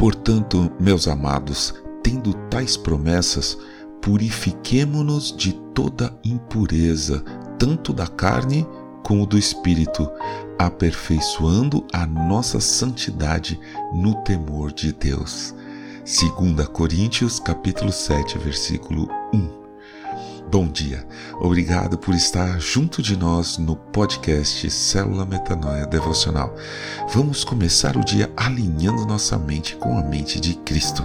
Portanto, meus amados, tendo tais promessas, purifiquemo-nos de toda impureza, tanto da carne como do espírito, aperfeiçoando a nossa santidade no temor de Deus. 2 Coríntios, capítulo 7, versículo 1. Bom dia, obrigado por estar junto de nós no podcast Célula Metanoia Devocional. Vamos começar o dia alinhando nossa mente com a mente de Cristo.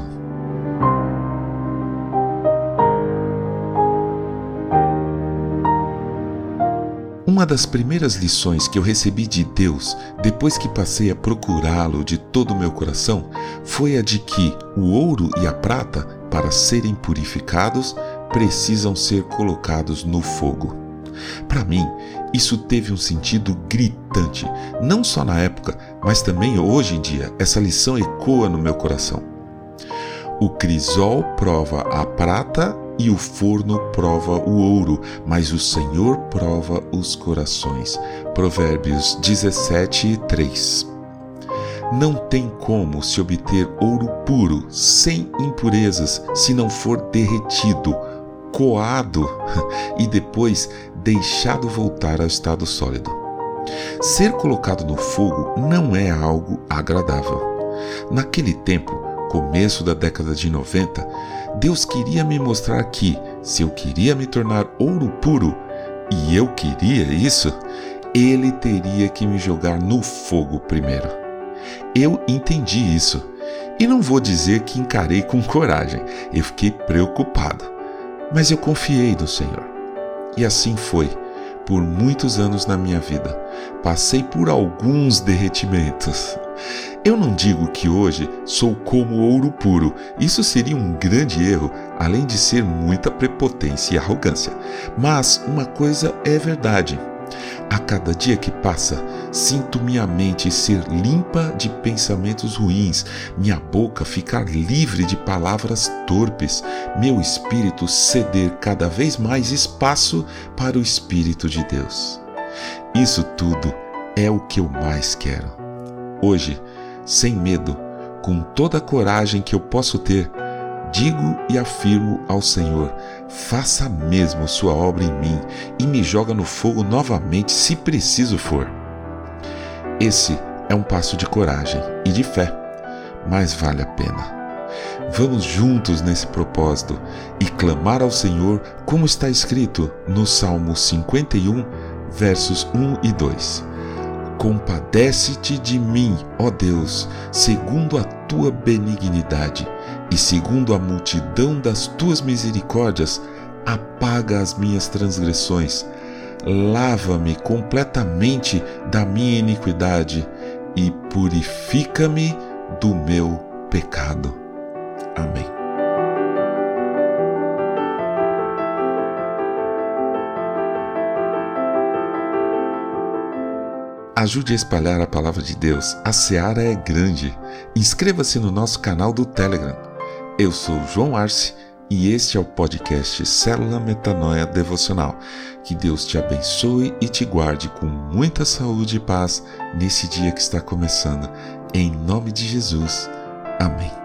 Uma das primeiras lições que eu recebi de Deus, depois que passei a procurá-lo de todo o meu coração, foi a de que o ouro e a prata, para serem purificados, precisam ser colocados no fogo. Para mim, isso teve um sentido gritante, não só na época, mas também hoje em dia. Essa lição ecoa no meu coração. O crisol prova a prata e o forno prova o ouro, mas o Senhor prova os corações. Provérbios 17:3. Não tem como se obter ouro puro, sem impurezas, se não for derretido, coado e depois deixado voltar ao estado sólido. Ser colocado no fogo não é algo agradável. Naquele tempo, começo da década de 90, Deus queria me mostrar que, se eu queria me tornar ouro puro, e eu queria isso, Ele teria que me jogar no fogo primeiro. Eu entendi isso, e não vou dizer que encarei com coragem, eu fiquei preocupado. Mas eu confiei no Senhor. E assim foi, por muitos anos na minha vida. Passei por alguns derretimentos. Eu não digo que hoje sou como ouro puro. Isso seria um grande erro, além de ser muita prepotência e arrogância. Mas uma coisa é verdade. A cada dia que passa, sinto minha mente ser limpa de pensamentos ruins, minha boca ficar livre de palavras torpes, meu espírito ceder cada vez mais espaço para o Espírito de Deus. Isso tudo é o que eu mais quero. Hoje, sem medo, com toda a coragem que eu posso ter, digo e afirmo ao Senhor: faça mesmo sua obra em mim e me joga no fogo novamente se preciso for. Esse é um passo de coragem e de fé, mas vale a pena. Vamos juntos nesse propósito e clamar ao Senhor como está escrito no Salmo 51, versos 1 e 2. Compadece-te de mim, ó Deus, segundo a tua benignidade, e segundo a multidão das tuas misericórdias, apaga as minhas transgressões. Lava-me completamente da minha iniquidade e purifica-me do meu pecado. Amém. Ajude a espalhar a palavra de Deus. A seara é grande. Inscreva-se no nosso canal do Telegram. Eu sou João Arce e este é o podcast Célula Metanoia Devocional. Que Deus te abençoe e te guarde com muita saúde e paz nesse dia que está começando. Em nome de Jesus. Amém.